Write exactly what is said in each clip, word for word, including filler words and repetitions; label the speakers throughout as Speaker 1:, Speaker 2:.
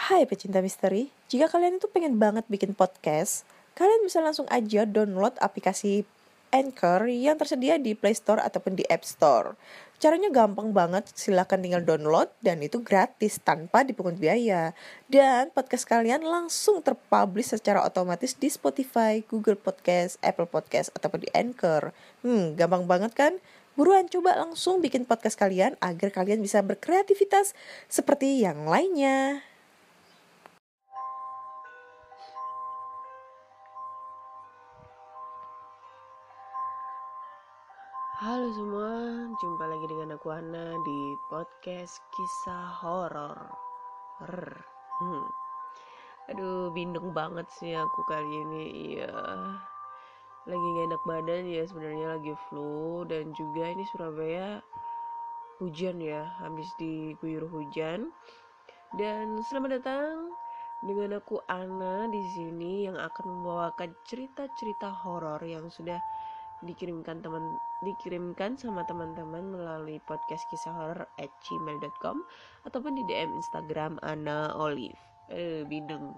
Speaker 1: Hai pecinta misteri, jika kalian itu pengen banget bikin podcast, kalian bisa langsung aja download aplikasi Anchor yang tersedia di Play Store ataupun di App Store. Caranya gampang banget, silahkan tinggal download dan itu gratis tanpa dipungut biaya. Dan podcast kalian langsung terpublish secara otomatis di Spotify, Google Podcast, Apple Podcast, ataupun di Anchor. Hmm, gampang banget kan? Buruan coba langsung bikin podcast kalian agar kalian bisa berkreativitas seperti yang lainnya.
Speaker 2: Halo semua, jumpa lagi dengan aku Ana di podcast kisah horor. Hmm. Aduh, bindeng banget sih aku kali ini. Iya, lagi gak enak badan ya, sebenarnya lagi flu dan juga ini Surabaya hujan ya, habis diguyur hujan. Dan selamat datang dengan aku Ana di sini yang akan membawakan cerita-cerita horor yang sudah dikirimkan teman dikirimkan sama teman-teman melalui podcast kisah horor at gmail dot com ataupun di D M Instagram Ana Olive. Eh, bideng.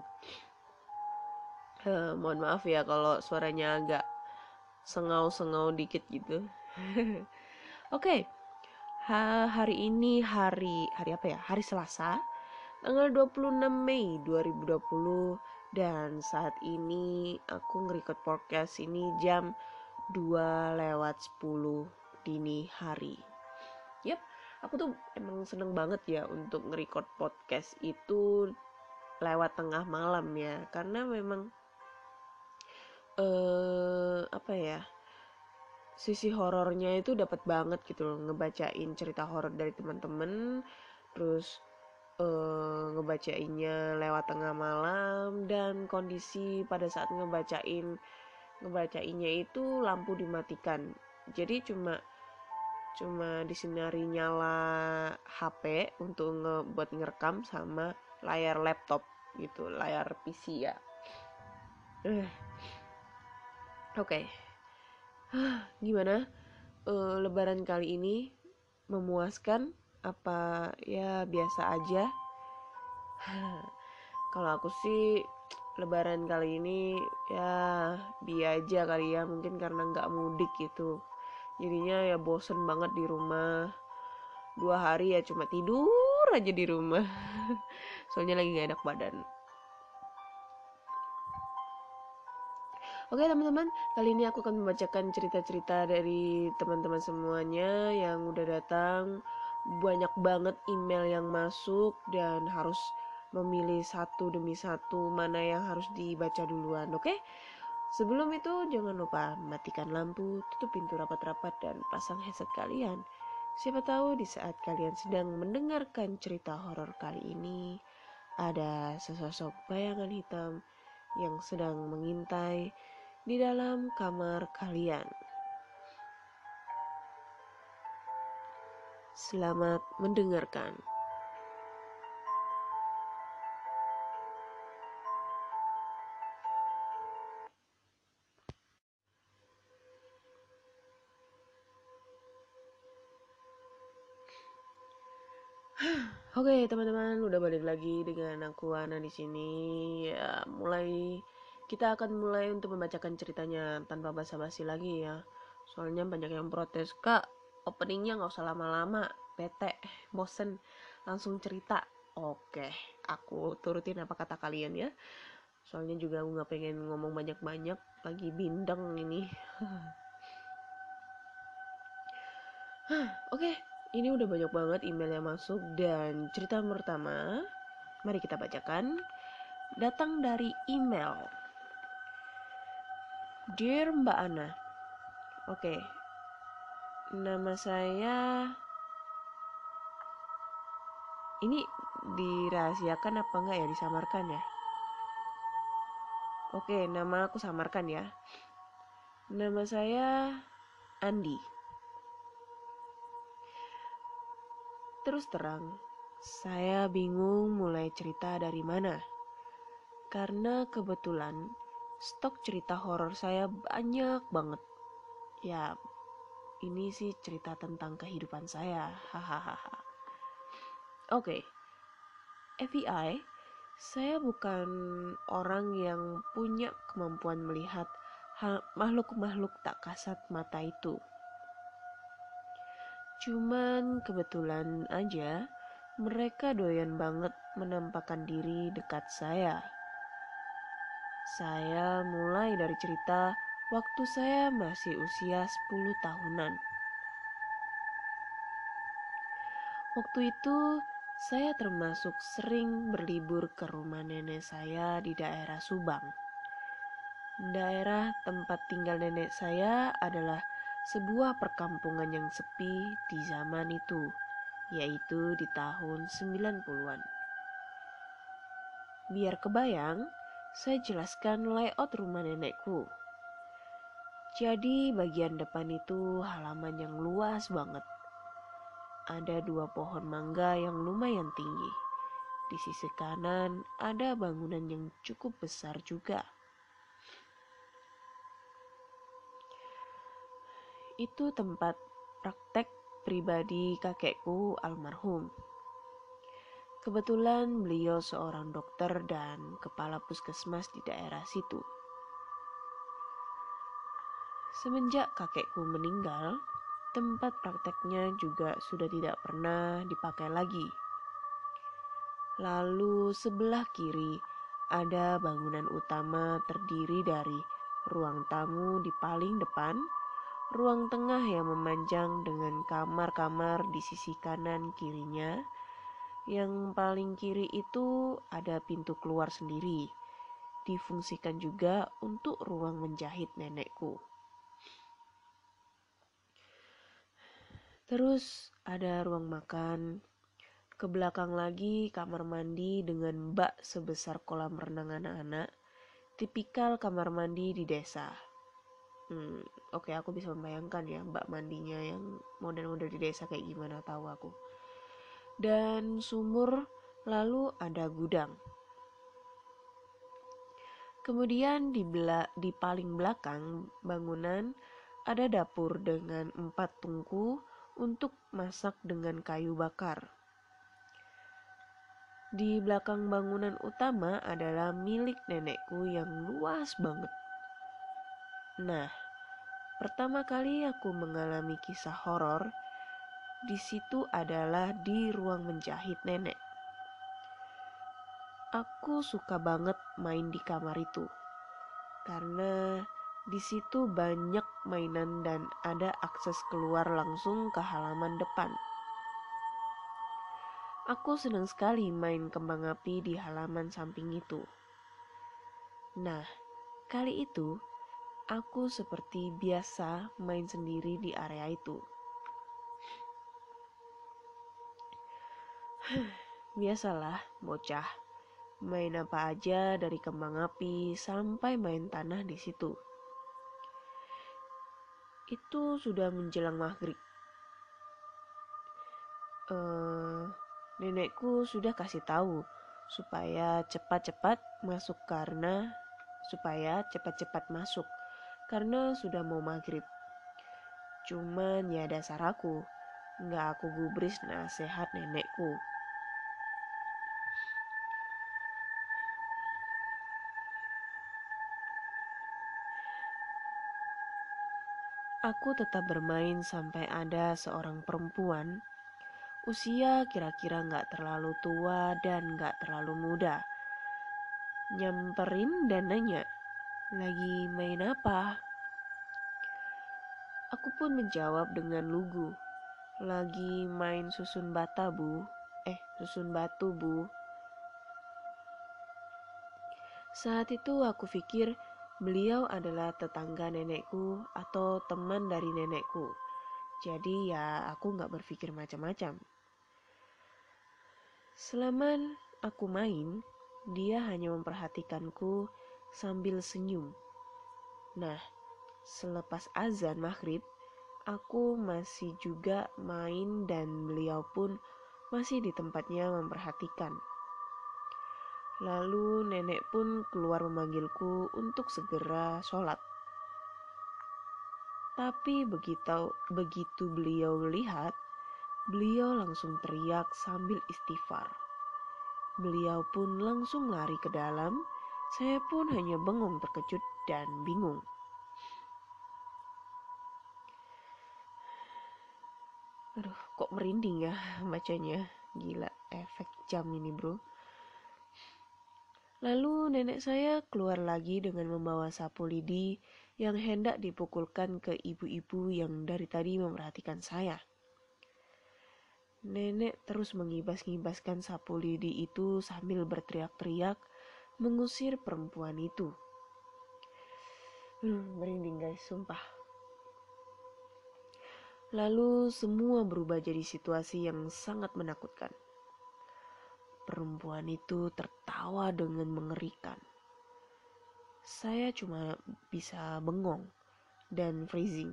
Speaker 2: Eh, mohon maaf ya kalau suaranya agak sengau-sengau dikit gitu. Oke, okay. ha, hari ini hari hari apa ya? Hari Selasa, tanggal dua puluh enam Mei dua ribu dua puluh, dan saat ini aku nge-record podcast ini jam dua lewat sepuluh dini hari. Yap, aku tuh emang seneng banget ya untuk nge-record podcast itu lewat tengah malam ya, karena memang eh apa ya, sisi horornya itu dapat banget gitu loh, ngebacain cerita horor dari teman-teman, terus eh, ngebacainnya lewat tengah malam, dan kondisi pada saat ngebacain ngebacainnya itu lampu dimatikan, jadi cuma cuma disinari nyala H P untuk nge buat ngerekam sama layar laptop gitu, layar P C ya. Uh, Oke, okay. Gimana? Uh, lebaran kali ini memuaskan? Apa ya biasa aja? Kalau aku sih lebaran kali ini ya biasa kali ya, mungkin karena nggak mudik gitu. Jadinya ya bosen banget di rumah. Dua hari ya cuma tidur aja di rumah. Soalnya lagi gak enak badan. Oke teman-teman, kali ini aku akan membacakan cerita-cerita dari teman-teman semuanya yang udah datang. Banyak banget email yang masuk dan harus memilih satu demi satu mana yang harus dibaca duluan, oke? Sebelum itu jangan lupa matikan lampu, tutup pintu rapat-rapat dan pasang headset kalian. Siapa tahu di saat kalian sedang mendengarkan cerita horor kali ini, ada sesosok bayangan hitam yang sedang mengintai di dalam kamar kalian. Selamat mendengarkan. Oke teman-teman, udah balik lagi dengan aku Ana di sini. Ya, mulai kita akan mulai untuk membacakan ceritanya tanpa basa-basi lagi ya. Soalnya banyak yang protes, "Kak, openingnya nggak usah lama-lama, bete, bosen, langsung cerita." Oke, aku turutin apa kata kalian ya. Soalnya juga aku nggak pengen ngomong banyak-banyak, lagi bindeng ini. Oke, ini udah banyak banget email yang masuk dan cerita pertama, mari kita bacakan. Datang dari email Dear Mbak Ana. Oke, nama saya ini dirahasiakan apa enggak ya, disamarkan ya? Oke, nama aku samarkan ya. Nama saya Andi. Terus terang, saya bingung mulai cerita dari mana. Karena kebetulan stok cerita horor saya banyak banget. Ya, ini sih cerita tentang kehidupan saya. Hahaha. Oke. F Y I, Saya bukan orang yang punya kemampuan melihat makhluk-makhluk tak kasat mata itu. Cuman kebetulan aja mereka doyan banget menampakkan diri dekat saya. Saya mulai dari cerita waktu saya masih usia sepuluh tahunan. Waktu itu saya termasuk sering berlibur ke rumah nenek saya di daerah Subang. Daerah tempat tinggal nenek saya adalah sebuah perkampungan yang sepi di zaman itu, yaitu di tahun sembilan puluhan. Biar kebayang, saya jelaskan layout rumah nenekku. Jadi bagian depan itu halaman yang luas banget. Ada dua pohon mangga yang lumayan tinggi. Di sisi kanan ada bangunan yang cukup besar juga. Itu tempat praktek pribadi kakekku almarhum. Kebetulan beliau seorang dokter dan kepala puskesmas di daerah situ. Semenjak kakekku meninggal, tempat prakteknya juga sudah tidak pernah dipakai lagi. Lalu sebelah kiri ada bangunan utama terdiri dari ruang tamu di paling depan, ruang tengah yang memanjang dengan kamar-kamar di sisi kanan kirinya. Yang paling kiri itu ada pintu keluar sendiri, difungsikan juga untuk ruang menjahit nenekku. Terus ada ruang makan, ke belakang lagi kamar mandi dengan bak sebesar kolam renang anak-anak, tipikal kamar mandi di desa. Hmm, Oke, okay, aku bisa membayangkan ya bak mandinya yang model-model di desa kayak gimana, tahu aku. Dan sumur, lalu ada gudang. Kemudian di, bela- di paling belakang bangunan ada dapur dengan empat tungku untuk masak dengan kayu bakar. Di belakang bangunan utama adalah milik nenekku yang luas banget. Nah, pertama kali aku mengalami kisah horor di situ adalah di ruang menjahit nenek. Aku suka banget main di kamar itu karena di situ banyak mainan dan ada akses keluar langsung ke halaman depan. Aku senang sekali main kembang api di halaman samping itu. Nah, kali itu aku seperti biasa main sendiri di area itu. Biasalah bocah, main apa aja dari kembang api sampai main tanah di situ. Itu sudah menjelang maghrib. Uh, nenekku sudah kasih tahu supaya cepat-cepat masuk karena supaya cepat-cepat masuk karena sudah mau maghrib. Cuman ya dasar aku, nggak aku gubris nasihat nenekku. Aku tetap bermain sampai ada seorang perempuan, usia kira-kira nggak terlalu tua dan nggak terlalu muda, nyamperin dan nanya, "Lagi main apa?" Aku pun menjawab dengan lugu, "Lagi main susun bata, Bu. Eh, susun batu, Bu." Saat itu aku pikir beliau adalah tetangga nenekku atau teman dari nenekku. Jadi ya aku gak berpikir macam-macam. Selama aku main, dia hanya memperhatikanku sambil senyum. Nah, selepas azan maghrib, aku masih juga main dan beliau pun masih di tempatnya memperhatikan. Lalu nenek pun keluar memanggilku untuk segera sholat. Tapi begitu, begitu beliau melihat, beliau langsung teriak sambil istighfar. Beliau pun langsung lari ke dalam. Saya pun hanya bengong terkejut dan bingung. Aduh, kok merinding ya bacanya. Gila, efek jam ini bro. Lalu nenek saya keluar lagi dengan membawa sapu lidi yang hendak dipukulkan ke ibu-ibu yang dari tadi memperhatikan saya. Nenek terus mengibas-ngibaskan sapu lidi itu sambil berteriak-teriak mengusir perempuan itu. Hmm, merinding guys, sumpah. Lalu semua berubah jadi situasi yang sangat menakutkan. Perempuan itu tertawa dengan mengerikan. Saya cuma bisa bengong dan freezing.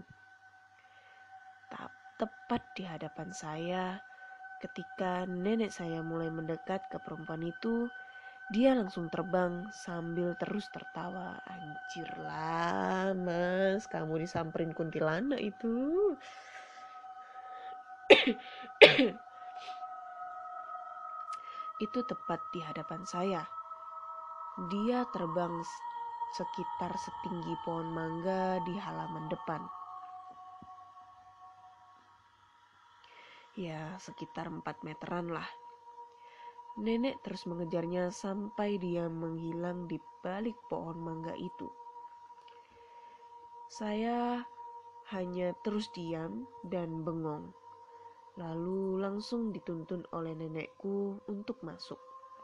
Speaker 2: Tepat di hadapan saya, ketika nenek saya mulai mendekat ke perempuan itu, dia langsung terbang sambil terus tertawa. Anjir lah mas, kamu disamperin kuntilanak itu. Itu tepat di hadapan saya. Dia terbang sekitar setinggi pohon mangga di halaman depan. Ya, sekitar empat meteran lah. Nenek terus mengejarnya sampai dia menghilang di balik pohon mangga itu. Saya hanya terus diam dan bengong. Lalu langsung dituntun oleh nenekku untuk masuk.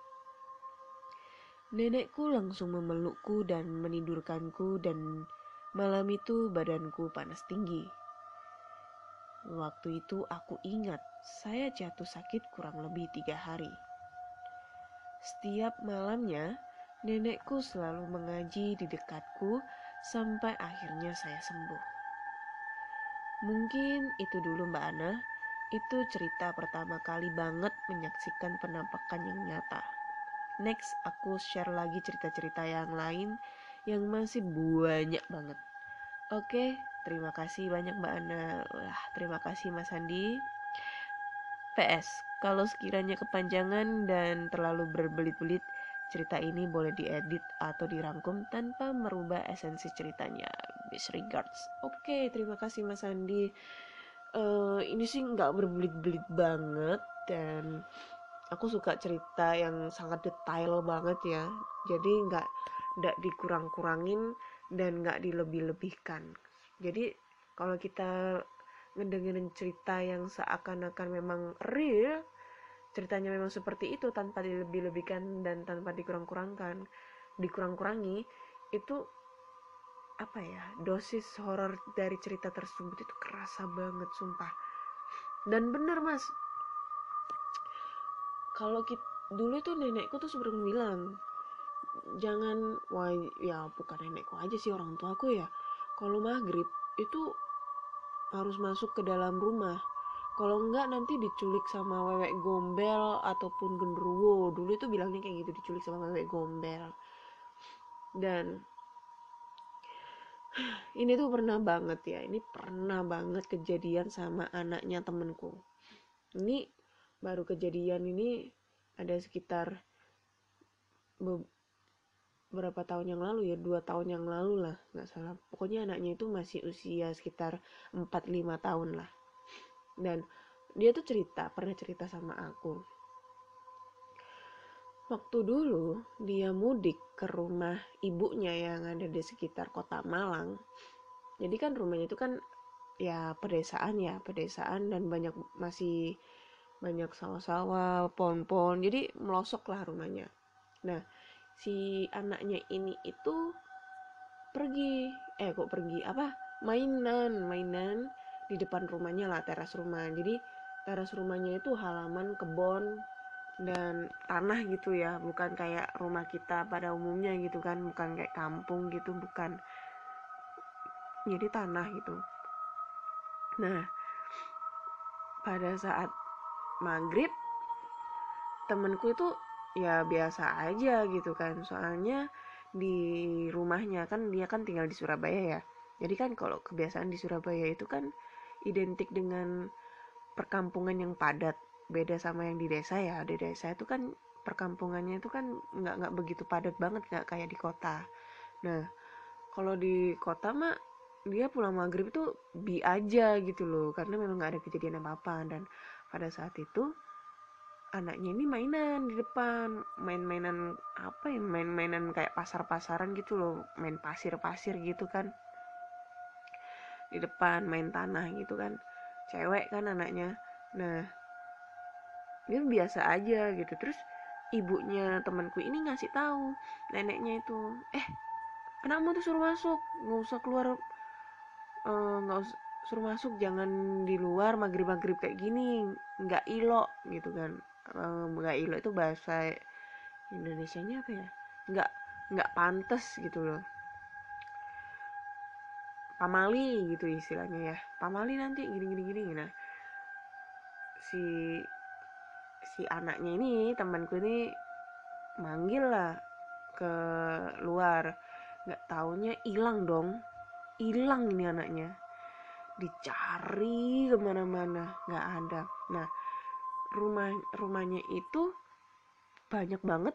Speaker 2: Nenekku langsung memelukku dan menidurkanku, dan malam itu badanku panas tinggi. Waktu itu aku ingat saya jatuh sakit kurang lebih tiga hari. Setiap malamnya nenekku selalu mengaji di dekatku sampai akhirnya saya sembuh. Mungkin itu dulu Mbak Ana. Itu cerita pertama kali banget menyaksikan penampakan yang nyata. Next, aku share lagi cerita-cerita yang lain yang masih banyak banget. Oke, terima kasih banyak Mbak Ana. Wah, terima kasih Mas Andi. P S, kalau sekiranya kepanjangan dan terlalu berbelit-belit, cerita ini boleh diedit atau dirangkum tanpa merubah esensi ceritanya. Best regards. Oke, terima kasih Mas Andi. Uh, ini sih nggak berbelit-belit banget dan aku suka cerita yang sangat detail banget ya. Jadi nggak nggak dikurang-kurangin dan nggak dilebih-lebihkan. Jadi kalau kita ngedengerin cerita yang seakan-akan memang real, ceritanya memang seperti itu tanpa dilebih-lebihkan dan tanpa dikurang-kurangkan, dikurang-kurangi, itu apa ya, dosis horor dari cerita tersebut itu kerasa banget sumpah. Dan bener mas, kalau kita dulu itu nenekku tuh sering bilang jangan, wah ya bukan nenekku aja sih, orang tuaku ya, kalau maghrib itu harus masuk ke dalam rumah, kalau enggak nanti diculik sama wewek gombel ataupun genderuwo. Dulu itu bilangnya kayak gitu, diculik sama wewek gombel. Dan ini tuh pernah banget ya, ini pernah banget kejadian sama anaknya temenku. Ini baru kejadian ini ada sekitar beberapa tahun yang lalu ya, dua tahun yang lalu lah, nggak salah. Pokoknya anaknya itu masih usia sekitar empat lima tahun lah. Dan dia tuh cerita, pernah cerita sama aku. Waktu dulu dia mudik ke rumah ibunya yang ada di sekitar kota Malang. Jadi kan rumahnya itu kan ya pedesaan ya, pedesaan dan banyak masih banyak sawah-sawah, pohon-pohon. Jadi melosok lah rumahnya. Nah, si anaknya ini itu pergi, eh kok pergi apa? Mainan, mainan di depan rumahnya lah, teras rumah. Jadi teras rumahnya itu halaman kebon dan tanah gitu ya, bukan kayak rumah kita pada umumnya gitu kan, bukan kayak kampung gitu, bukan, jadi tanah gitu. Nah, pada saat maghrib temenku itu ya biasa aja gitu kan, soalnya di rumahnya kan dia kan tinggal di Surabaya ya, jadi kan kalau kebiasaan di Surabaya itu kan identik dengan perkampungan yang padat, beda sama yang di desa ya. Di desa itu kan perkampungannya itu kan nggak nggak begitu padat banget, nggak kayak di kota. Nah, kalau di kota mah dia pulang maghrib itu bi aja gitu loh, karena memang nggak ada kejadian apa-apa. Dan pada saat itu anaknya ini mainan di depan, main-mainan apa ya, main-mainan kayak pasar-pasaran gitu loh, main pasir-pasir gitu kan di depan, main tanah gitu kan, cewek kan anaknya. Nah, dia biasa aja gitu. Terus ibunya temanku ini ngasih tahu neneknya itu, eh anakmu tuh suruh masuk, nggak usah keluar, eh, nggak usah suruh masuk, jangan di luar maghrib maghrib kayak gini, nggak ilok gitu kan. Eh, nggak ilok itu bahasa Indonesianya apa ya, nggak nggak pantas gitu loh, pamali gitu istilahnya ya, pamali nanti gini gini gini. Nah, si si anaknya ini, temanku ini manggil lah ke luar, nggak taunya hilang dong, hilang ini anaknya, dicari kemana-mana nggak ada. Nah, rumah rumahnya itu banyak banget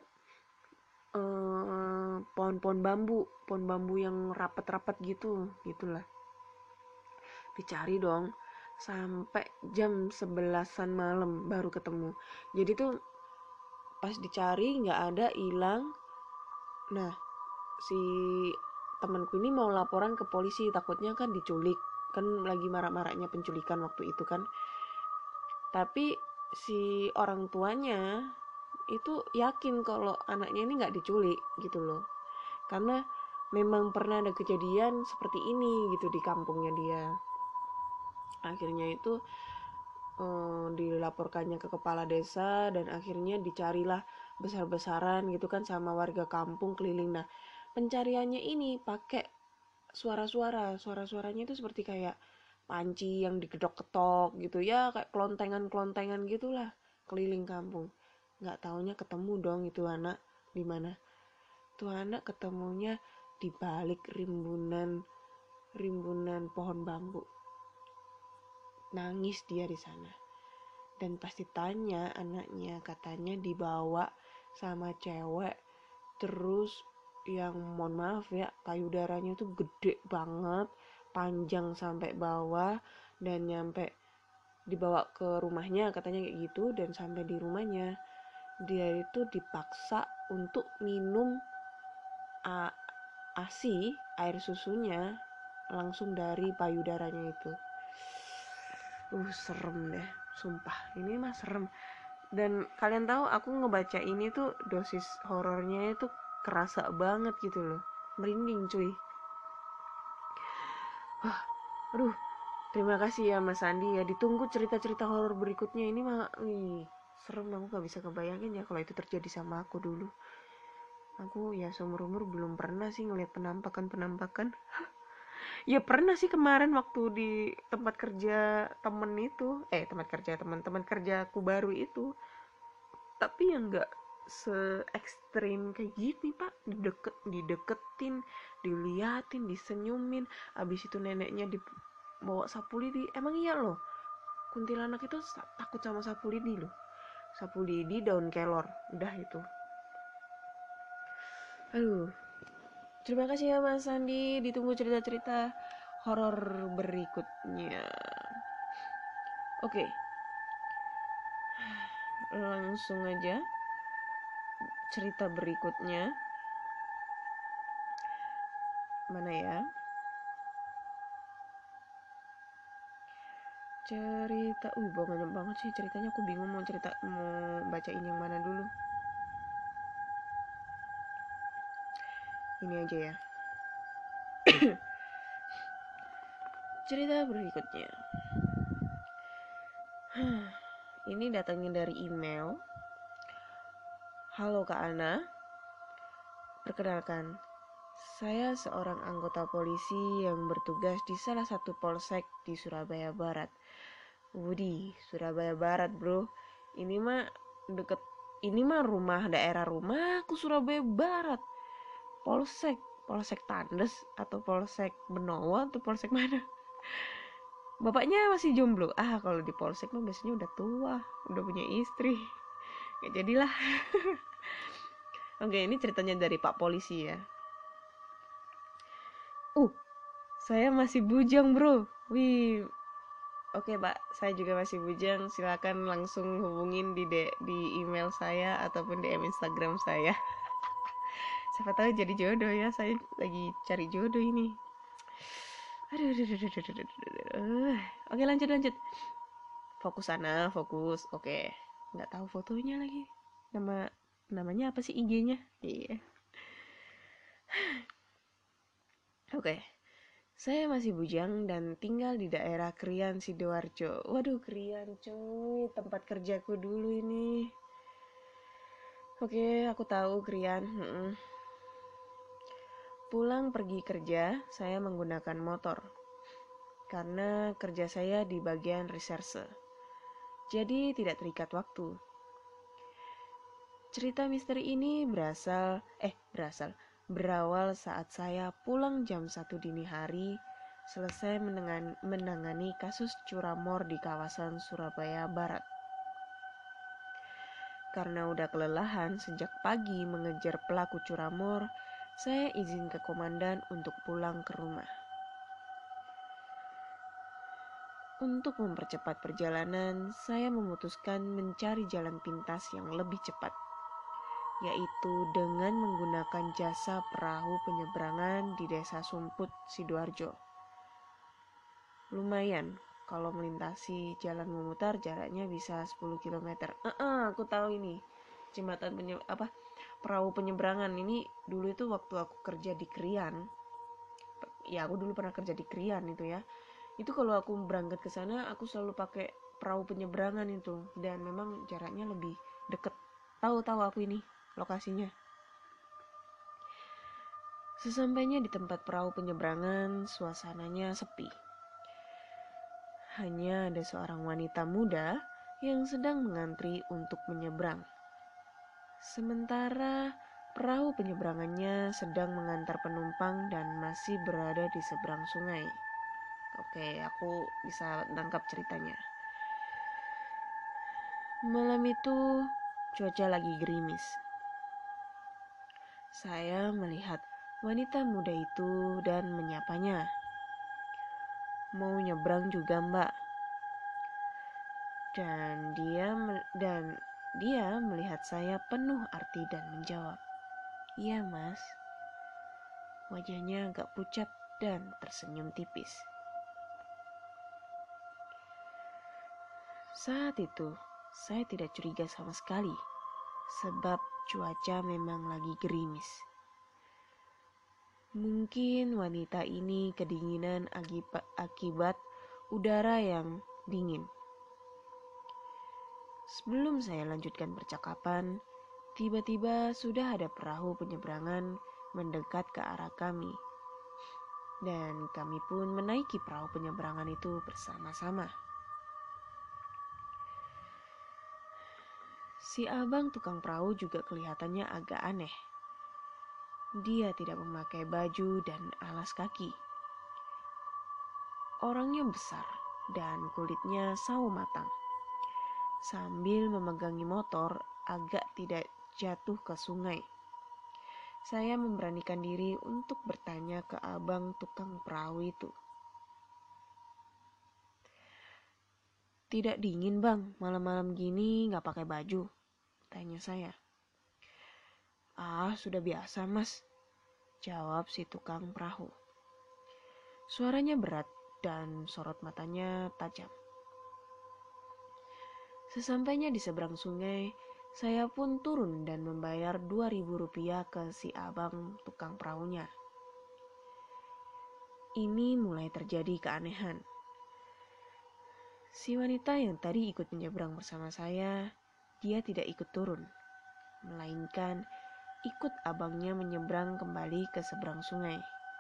Speaker 2: eh, pohon-pohon bambu, pohon bambu yang rapet-rapet gitu gitulah. Dicari dong sampai jam sebelasan malam baru ketemu. Jadi tuh pas dicari nggak ada, hilang. Nah, si temanku ini mau laporan ke polisi, takutnya kan diculik, kan lagi marak-maraknya penculikan waktu itu kan. Tapi si orang tuanya itu yakin kalau anaknya ini nggak diculik gitu loh, karena memang pernah ada kejadian seperti ini gitu di kampungnya dia. Akhirnya itu eh, dilaporkannya ke kepala desa, dan akhirnya dicarilah besar-besaran gitu kan sama warga kampung keliling. Nah, pencariannya ini pakai suara-suara, suara-suaranya itu seperti kayak panci yang digedok-ketok gitu ya, kayak kelontengan-kelontengan gitulah keliling kampung. Nggak taunya ketemu dong itu anak di mana. Tuh anak ketemunya di balik rimbunan rimbunan pohon bambu. Nangis dia di sana. Dan pasti tanya anaknya, katanya dibawa sama cewek, terus yang mohon maaf ya, payudaranya tuh gede banget, panjang sampai bawah, dan nyampe dibawa ke rumahnya katanya kayak gitu. Dan sampai di rumahnya dia itu dipaksa untuk minum a- asi, air susunya langsung dari payudaranya itu. Uh serem deh, sumpah ini mah serem. Dan kalian tahu aku ngebaca ini tuh dosis horornya itu kerasa banget gitu loh, merinding cuy. Wah, aduh, terima kasih ya Mas Andi ya, ditunggu cerita-cerita horor berikutnya. Ini mah wih, serem, aku gak bisa kebayangin ya kalau itu terjadi sama aku dulu. Aku ya seumur umur belum pernah sih ngeliat penampakan-penampakan. Ya pernah sih kemarin waktu di tempat kerja temen itu, eh tempat kerja teman-teman kerjaku baru itu. Tapi yang nggak se ekstrim kayak gini pak, dideket dideketin, diliatin, disenyumin, abis itu neneknya dibawa sapu lidi. Emang iya loh, kuntilanak itu takut sama sapu lidi loh, sapu lidi, daun kelor, udah itu. Aduh, terima kasih ya Mas Sandi, ditunggu cerita-cerita horor berikutnya. Oke, langsung aja cerita berikutnya. Mana ya? Cerita, uh banyak banget sih ceritanya, aku bingung mau cerita mau bacain yang mana dulu. Ini aja ya. Cerita berikutnya. Ini datangnya dari email. Halo Kak Ana, perkenalkan, saya seorang anggota polisi yang bertugas di salah satu polsek di Surabaya Barat. Wudi, Surabaya Barat bro. Ini mah deket, ini mah rumah, daerah rumah aku Surabaya Barat. Polsek, Polsek Tandes atau Polsek Benowo atau Polsek mana? Bapaknya masih jomblo. Ah, kalau di polsek mah biasanya udah tua, udah punya istri. Gak jadilah. Oke, ini ceritanya dari Pak Polisi ya. Uh, saya masih bujang bro. Wih, oke Pak, saya juga masih bujang. Silakan langsung hubungin di D, di email saya ataupun D M Instagram saya. Siapa tahu jadi jodoh ya. Saya lagi cari jodoh ini. Aduh, aduh, aduh, aduh, aduh, aduh, aduh. Oke, lanjut lanjut. Fokus sana, fokus. Oke, nggak tahu fotonya lagi. Nama namanya apa sih I G-nya? Iya. Oke. Saya masih bujang dan tinggal di daerah Krian, Sidoarjo. Waduh, Krian cuy, tempat kerjaku dulu ini. Oke, aku tahu Krian. Mm-mm. Pulang pergi kerja, saya menggunakan motor. Karena kerja saya di bagian reserse. Jadi tidak terikat waktu. Cerita misteri ini berasal, eh berasal, berawal saat saya pulang jam satu dini hari, selesai menengan, menangani kasus curamor di kawasan Surabaya Barat. Karena udah kelelahan sejak pagi mengejar pelaku curamor, saya izin ke komandan untuk pulang ke rumah. Untuk mempercepat perjalanan, saya memutuskan mencari jalan pintas yang lebih cepat, yaitu dengan menggunakan jasa perahu penyeberangan di desa Sumput, Sidoarjo. Lumayan, kalau melintasi jalan memutar jaraknya bisa sepuluh kilometer. Uh-uh, aku tahu ini. Jembatan penye apa perahu penyeberangan ini dulu itu waktu aku kerja di Krian. Ya, aku dulu pernah kerja di Krian itu ya. Itu kalau aku berangkat ke sana, aku selalu pakai perahu penyeberangan itu dan memang jaraknya lebih deket. Tahu-tahu aku ini lokasinya. Sesampainya di tempat perahu penyeberangan, suasananya sepi. Hanya ada seorang wanita muda yang sedang mengantri untuk menyeberang. Sementara perahu penyeberangannya sedang mengantar penumpang dan masih berada di seberang sungai. Oke, aku bisa nangkap ceritanya. Malam itu cuaca lagi gerimis. Saya melihat wanita muda itu dan menyapanya. Mau nyebrang juga mbak? Dan dia dan dia melihat saya penuh arti dan menjawab, "Iya mas." Wajahnya agak pucat dan tersenyum tipis. Saat itu saya tidak curiga sama sekali, sebab cuaca memang lagi gerimis. Mungkin wanita ini kedinginan akibat udara yang dingin. Sebelum saya lanjutkan percakapan, tiba-tiba sudah ada perahu penyeberangan mendekat ke arah kami. Dan kami pun menaiki perahu penyeberangan itu bersama-sama. Si abang tukang perahu juga kelihatannya agak aneh. Dia tidak memakai baju dan alas kaki. Orangnya besar dan kulitnya sawo matang. Sambil memegangi motor agak tidak jatuh ke sungai. Saya memberanikan diri untuk bertanya ke abang tukang perahu itu. "Tidak dingin bang, malam-malam gini gak pakai baju?" tanya saya. "Ah, sudah biasa mas," jawab si tukang perahu. Suaranya berat dan sorot matanya tajam. Sesampainya di seberang sungai, saya pun turun dan membayar dua ribu rupiah ke si abang tukang perahunya. Ini mulai terjadi keanehan. Si wanita yang tadi ikut menyeberang bersama saya, dia tidak ikut turun, melainkan ikut abangnya menyeberang kembali ke seberang sungai.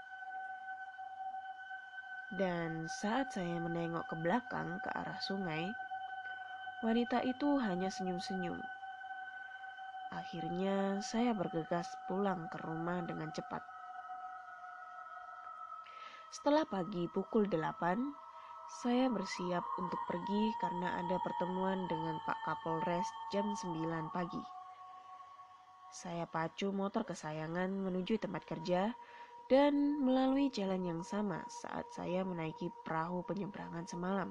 Speaker 2: Dan saat saya menengok ke belakang ke arah sungai, wanita itu hanya senyum-senyum. Akhirnya saya bergegas pulang ke rumah dengan cepat. Setelah pagi pukul delapan, Saya bersiap untuk pergi karena ada pertemuan dengan Pak Kapolres jam sembilan pagi. Saya pacu motor kesayangan menuju tempat kerja dan melalui jalan yang sama saat saya menaiki perahu penyeberangan semalam.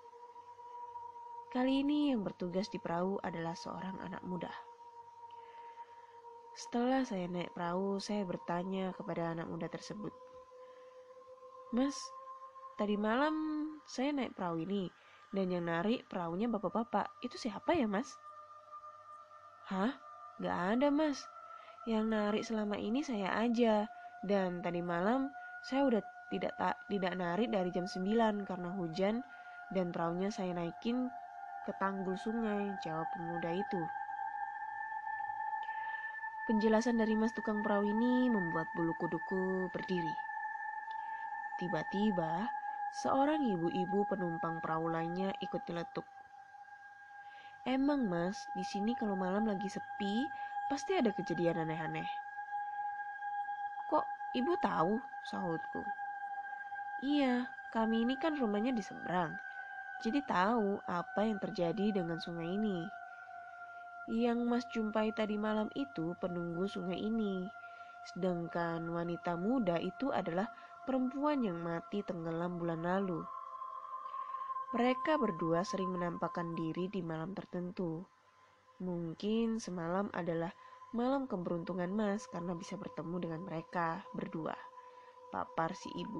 Speaker 2: Kali ini yang bertugas di perahu adalah seorang anak muda. Setelah saya naik perahu, saya bertanya kepada anak muda tersebut, "Mas, tadi malam saya naik perahu ini dan yang narik perahunya bapak-bapak. Itu siapa ya, Mas?" "Hah? Gak ada, Mas. Yang narik selama ini saya aja. Dan tadi malam saya udah tidak ta- tidak narik dari jam sembilan karena hujan dan perahunya saya naikin ke tanggul sungai," jawab pemuda itu. Penjelasan dari mas tukang perahu ini membuat bulu kuduku berdiri. Tiba-tiba, seorang ibu-ibu penumpang perahu lainnya ikut nyeletuk. "Emang mas, di sini kalau malam lagi sepi, pasti ada kejadian aneh-aneh." "Kok ibu tahu?" sahutku. "Iya, kami ini kan rumahnya di seberang, jadi tahu apa yang terjadi dengan sungai ini. Yang mas jumpai tadi malam itu penunggu sungai ini, sedangkan wanita muda itu adalah perempuan yang mati tenggelam bulan lalu. Mereka berdua sering menampakkan diri di malam tertentu. Mungkin semalam adalah malam keberuntungan mas karena bisa bertemu dengan mereka berdua," papar si ibu.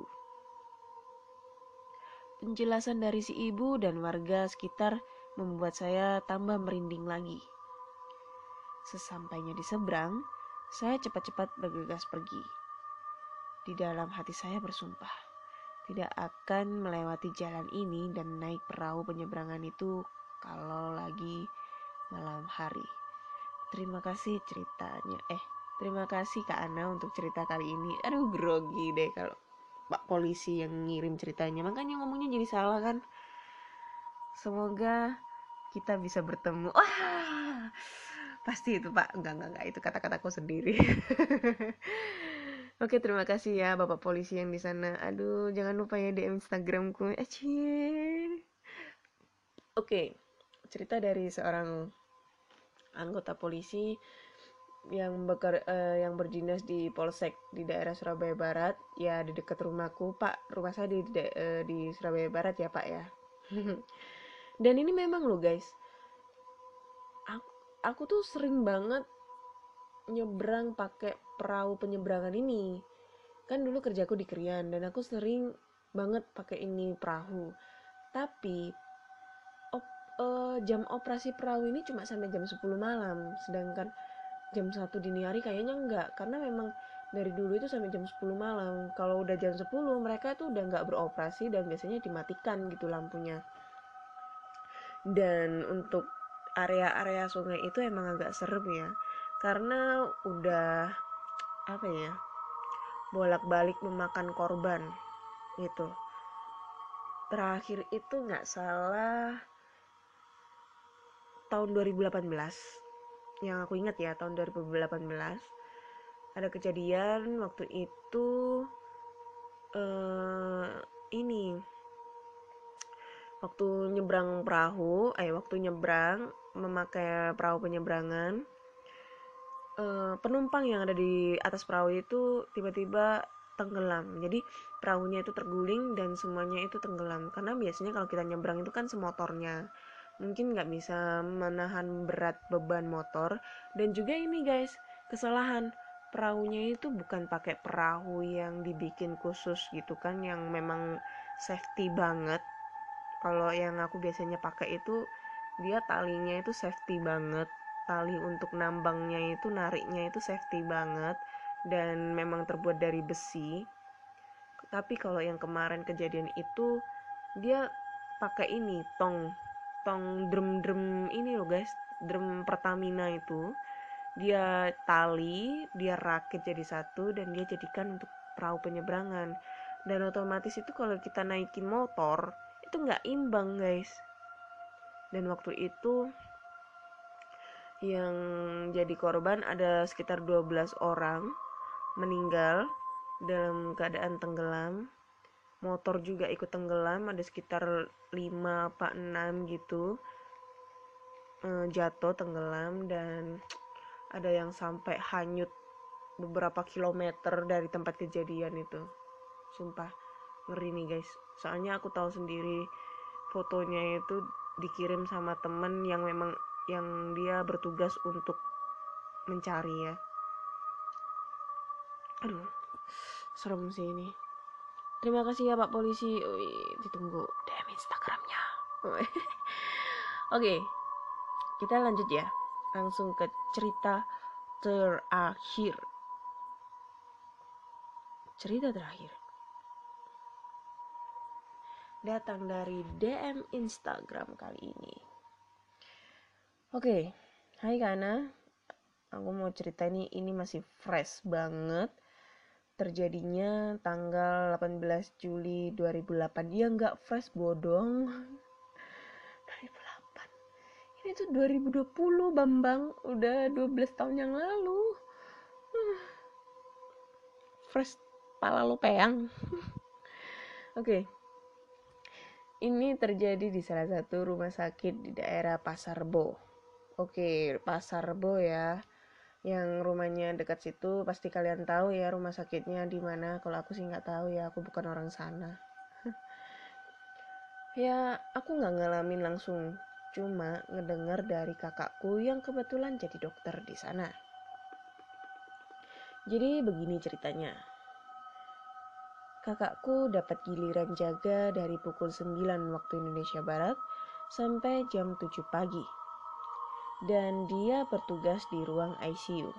Speaker 2: Penjelasan dari si ibu dan warga sekitar membuat saya tambah merinding lagi. Sesampainya di seberang, saya cepat-cepat bergegas pergi. Di dalam hati saya bersumpah, tidak akan melewati jalan ini dan naik perahu penyeberangan itu kalau lagi malam hari. Terima kasih ceritanya. Eh, terima kasih Kak Ana untuk cerita kali ini. Aduh, grogi deh kalau Pak Polisi yang ngirim ceritanya. Makanya ngomongnya jadi salah kan. Semoga kita bisa bertemu. Wah, pasti itu Pak. Enggak, enggak, enggak. Itu kata-kataku sendiri. Oke, terima kasih ya Bapak Polisi yang di sana. Aduh, jangan lupa ya D M Instagramku. Acie. Oke, cerita dari seorang anggota polisi yang beker, eh, yang berdinas di Polsek di daerah Surabaya Barat, ya di dekat rumahku Pak. Rumah saya di di, eh, di Surabaya Barat ya Pak ya. Dan ini memang loh guys, aku, aku tuh sering banget nyebrang pakai perahu penyeberangan ini. Kan dulu kerjaku di Krian dan aku sering banget pakai ini perahu. Tapi op, eh, jam operasi perahu ini cuma sampai jam sepuluh malam, sedangkan jam satu dini hari kayaknya enggak, karena memang dari dulu itu sampai jam sepuluh malam. Kalau udah jam sepuluh mereka tuh udah enggak beroperasi dan biasanya dimatikan gitu lampunya. Dan untuk area-area sungai itu emang agak serem ya, karena udah apa ya, bolak-balik memakan korban gitu. Terakhir itu nggak salah tahun dua ribu delapan belas, yang aku ingat ya, tahun dua ribu delapan belas ada kejadian waktu itu eh, ini waktu nyebrang perahu, eh waktu nyebrang memakai perahu penyeberangan, eh, penumpang yang ada di atas perahu itu tiba-tiba tenggelam. Jadi perahunya itu terguling dan semuanya itu tenggelam. Karena biasanya kalau kita nyebrang itu kan semotornya, mungkin nggak bisa menahan berat beban motor. Dan juga ini guys, kesalahan perahunya itu bukan pakai perahu yang dibikin khusus gitu kan, yang memang safety banget. Kalau yang aku biasanya pakai itu dia talinya itu safety banget, tali untuk nambangnya itu, nariknya itu safety banget dan memang terbuat dari besi. Tapi kalau yang kemarin kejadian itu dia pakai ini tong tong drum-drum ini loh guys, drum Pertamina itu. Dia tali, dia rakit jadi satu dan dia jadikan untuk perahu penyeberangan. Dan otomatis itu kalau kita naikin motor itu nggak imbang guys. Dan waktu itu yang jadi korban ada sekitar dua belas orang meninggal dalam keadaan tenggelam. motor juga ikut tenggelam, ada sekitar lima apa enam gitu, eh, jatuh tenggelam, dan ada yang sampai hanyut beberapa kilometer dari tempat kejadian itu. Sumpah ngeri nih guys, soalnya aku tahu sendiri fotonya itu dikirim sama temen yang memang yang dia bertugas untuk mencari ya. Aduh, serem sih ini. Terima kasih ya Pak Polisi. Wih, ditunggu D M Instagramnya. Oke, kita lanjut ya. Langsung ke cerita terakhir. Cerita terakhir datang dari D M Instagram kali ini. Oke, hai Kana. Aku mau cerita ini, ini masih fresh banget. Terjadinya tanggal delapan belas Juli dua ribu delapan. Ya nggak fresh, bodong. dua ribu delapan. Ini tuh dua ribu dua puluh, Bambang. Udah dua belas tahun yang lalu. Fresh pala lo peyang. Oke. Okay. Ini terjadi di salah satu rumah sakit di daerah Pasar Rebo. Oke, Pasar Rebo ya. Yang rumahnya dekat situ, pasti kalian tahu ya rumah sakitnya di mana. Kalau aku sih nggak tahu ya, aku bukan orang sana. Ya, aku nggak ngalamin langsung, cuma ngedengar dari kakakku yang kebetulan jadi dokter di sana. Jadi begini ceritanya. Kakakku dapat giliran jaga dari pukul sembilan waktu Indonesia Barat sampai jam tujuh pagi. Dan dia bertugas di ruang I C U.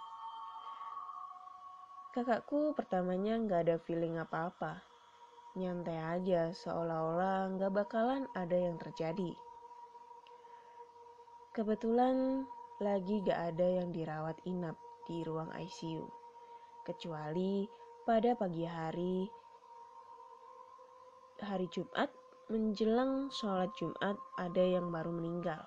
Speaker 2: Kakakku pertamanya gak ada feeling apa-apa. Nyantai aja, seolah-olah gak bakalan ada yang terjadi. Kebetulan lagi gak ada yang dirawat inap di ruang I C U. Kecuali pada pagi hari, hari Jumat, menjelang sholat Jumat ada yang baru meninggal.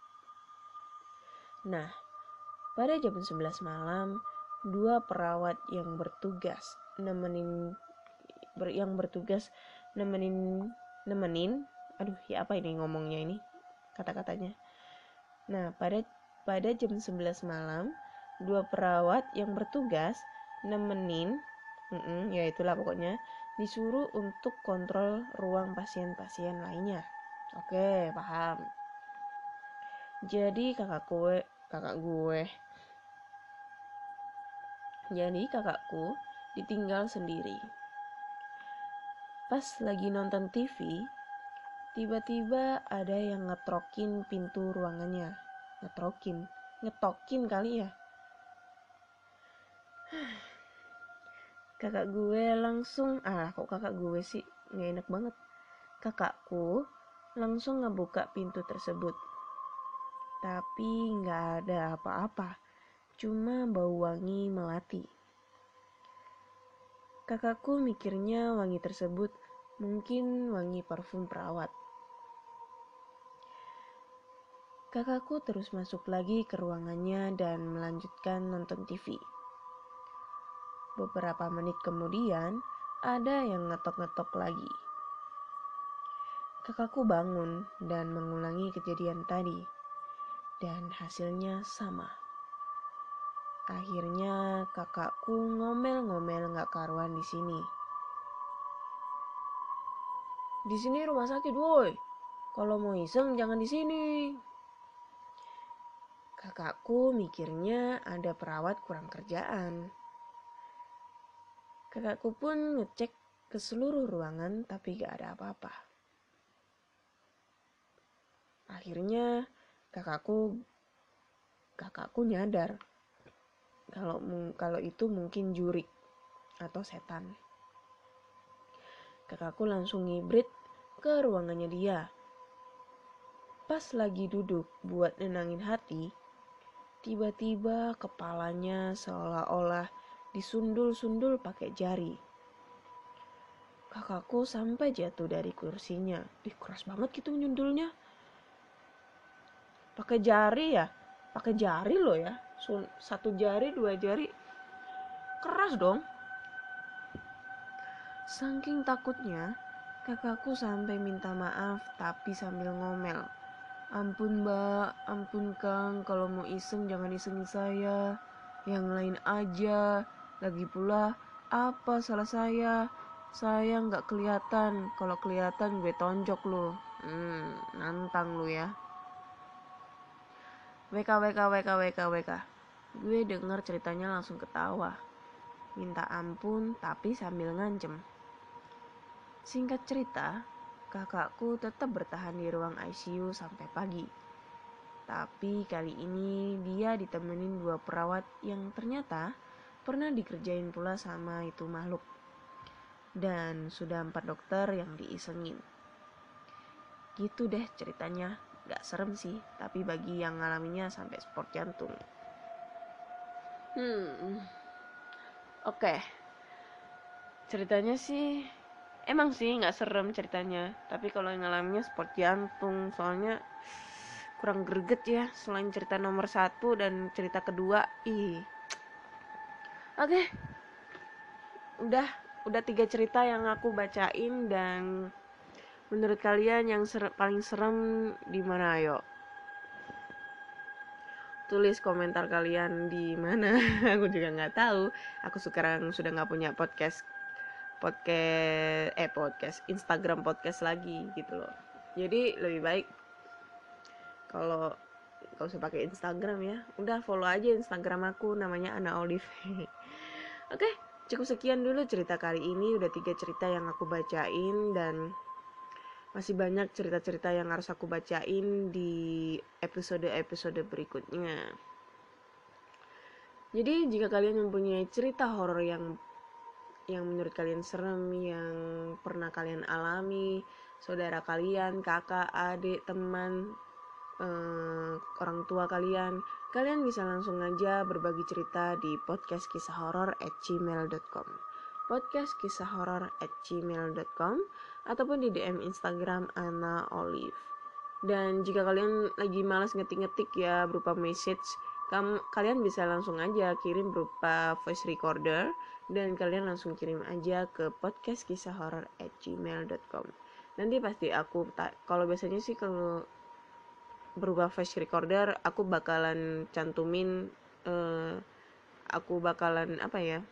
Speaker 2: Nah, pada jam sebelas malam, dua perawat yang bertugas nemenin ber, yang bertugas nemenin nemenin aduh ya apa ini ngomongnya ini kata-katanya. Nah, pada pada jam sebelas malam, dua perawat yang bertugas nemenin ya itulah pokoknya disuruh untuk kontrol ruang pasien-pasien lainnya. Oke, paham. Jadi kakak gue, kakak gue Jadi kakakku ditinggal sendiri. Pas lagi nonton T V, tiba-tiba ada yang ngetrokin pintu ruangannya. Ngetrokin, ngetokin kali ya. Kakak gue langsung, ah kok kakak gue sih, gak enak banget. Kakakku langsung ngebuka pintu tersebut. Tapi gak ada apa-apa. Cuma bau wangi melati. Kakakku mikirnya wangi tersebut mungkin wangi parfum perawat. Kakakku terus masuk lagi ke ruangannya dan melanjutkan nonton T V. Beberapa menit kemudian, ada yang ngetok-ngetok lagi. Kakakku bangun dan mengulangi kejadian tadi. Dan hasilnya sama. Akhirnya kakakku ngomel-ngomel gak karuan di sini. Di sini rumah sakit, woi. Kalau mau iseng jangan di sini. Kakakku mikirnya ada perawat kurang kerjaan. Kakakku pun ngecek ke seluruh ruangan tapi gak ada apa-apa. Akhirnya kakakku kakakku nyadar kalau kalau itu mungkin jurik atau setan. Kakakku langsung ngibrit ke ruangannya dia. Pas lagi duduk buat nenangin hati, tiba-tiba kepalanya seolah-olah disundul-sundul pakai jari. Kakakku sampai jatuh dari kursinya. Ih, keras banget gitu nyundulnya. Pakai jari ya? Pakai jari loh ya. Satu jari, dua jari. Keras dong. Saking takutnya, kakakku sampai minta maaf tapi sambil ngomel. Ampun mbak, ampun kang, kalau mau iseng jangan isengin saya. Yang lain aja. Lagi pula, apa salah saya? Saya nggak kelihatan. Kalau kelihatan gue tonjok lo. Hmm, nantang lu ya. W K, W K, W K, W K, W K. Gue denger ceritanya langsung ketawa. Minta ampun tapi sambil ngancem. Singkat cerita, kakakku tetap bertahan di ruang I C U sampai pagi. Tapi kali ini dia ditemenin dua perawat yang ternyata pernah dikerjain pula sama itu makhluk. Dan sudah empat dokter yang diisengin. Gitu deh ceritanya. Gak serem sih, tapi bagi yang ngalaminya sampai sport jantung. Hmm, oke. Okay. Ceritanya sih emang sih gak serem ceritanya. Tapi kalau yang ngalaminnya sport jantung, soalnya kurang greget ya. Selain cerita nomor satu dan cerita kedua, ih. Oke, okay. Udah, udah tiga cerita yang aku bacain. Dan menurut kalian yang ser- paling serem di mana ayo? Tulis komentar kalian di mana. Aku juga nggak tahu. Aku sekarang sudah nggak punya podcast, podcast, eh podcast, Instagram podcast lagi gitu loh. Jadi lebih baik kalau gak usah pakai Instagram ya. Udah follow aja Instagram aku, namanya Ana Olive. Oke, cukup sekian dulu cerita kali ini. Udah tiga cerita yang aku bacain dan masih banyak cerita-cerita yang harus aku bacain di episode-episode berikutnya. Jadi jika kalian mempunyai cerita horor yang yang menurut kalian serem, yang pernah kalian alami, saudara kalian, kakak, adik, teman, eh, orang tua kalian, kalian bisa langsung aja berbagi cerita di podcast kisah horor at gmail dot com podcast kisah horor at gmail dot com ataupun di D M Instagram Ana Olive. Dan jika kalian lagi malas ngetik-ngetik ya berupa message, kamu, kalian bisa langsung aja kirim berupa voice recorder dan kalian langsung kirim aja ke podcast kisah horor at gmail dot com. Nanti pasti aku ta- kalau biasanya sih kalau berupa voice recorder aku bakalan cantumin uh, aku bakalan apa ya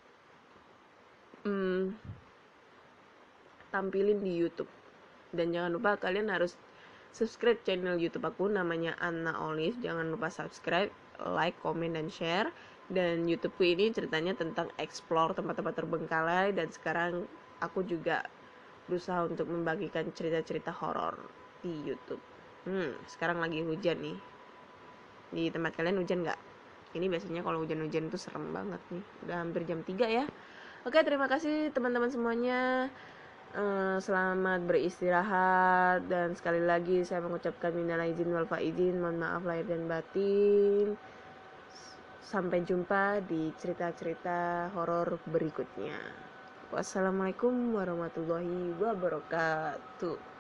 Speaker 2: hmm, tampilin di YouTube. Dan jangan lupa kalian harus subscribe channel YouTube aku, namanya Ana Olive. Jangan lupa subscribe, like, komen, dan share. Dan YouTubeku ini ceritanya tentang explore tempat-tempat terbengkalai. Dan sekarang aku juga berusaha untuk membagikan cerita-cerita horor di YouTube. Hmm, sekarang lagi hujan nih. Di tempat kalian hujan gak? Ini biasanya kalau hujan-hujan itu serem banget nih. Udah hampir jam tiga ya. Oke, terima kasih teman-teman semuanya. Uh, selamat beristirahat. Dan sekali lagi saya mengucapkan minal aidin wal faizin, mohon maaf lahir dan batin. Sampai jumpa di cerita-cerita horor berikutnya. Wassalamualaikum warahmatullahi wabarakatuh.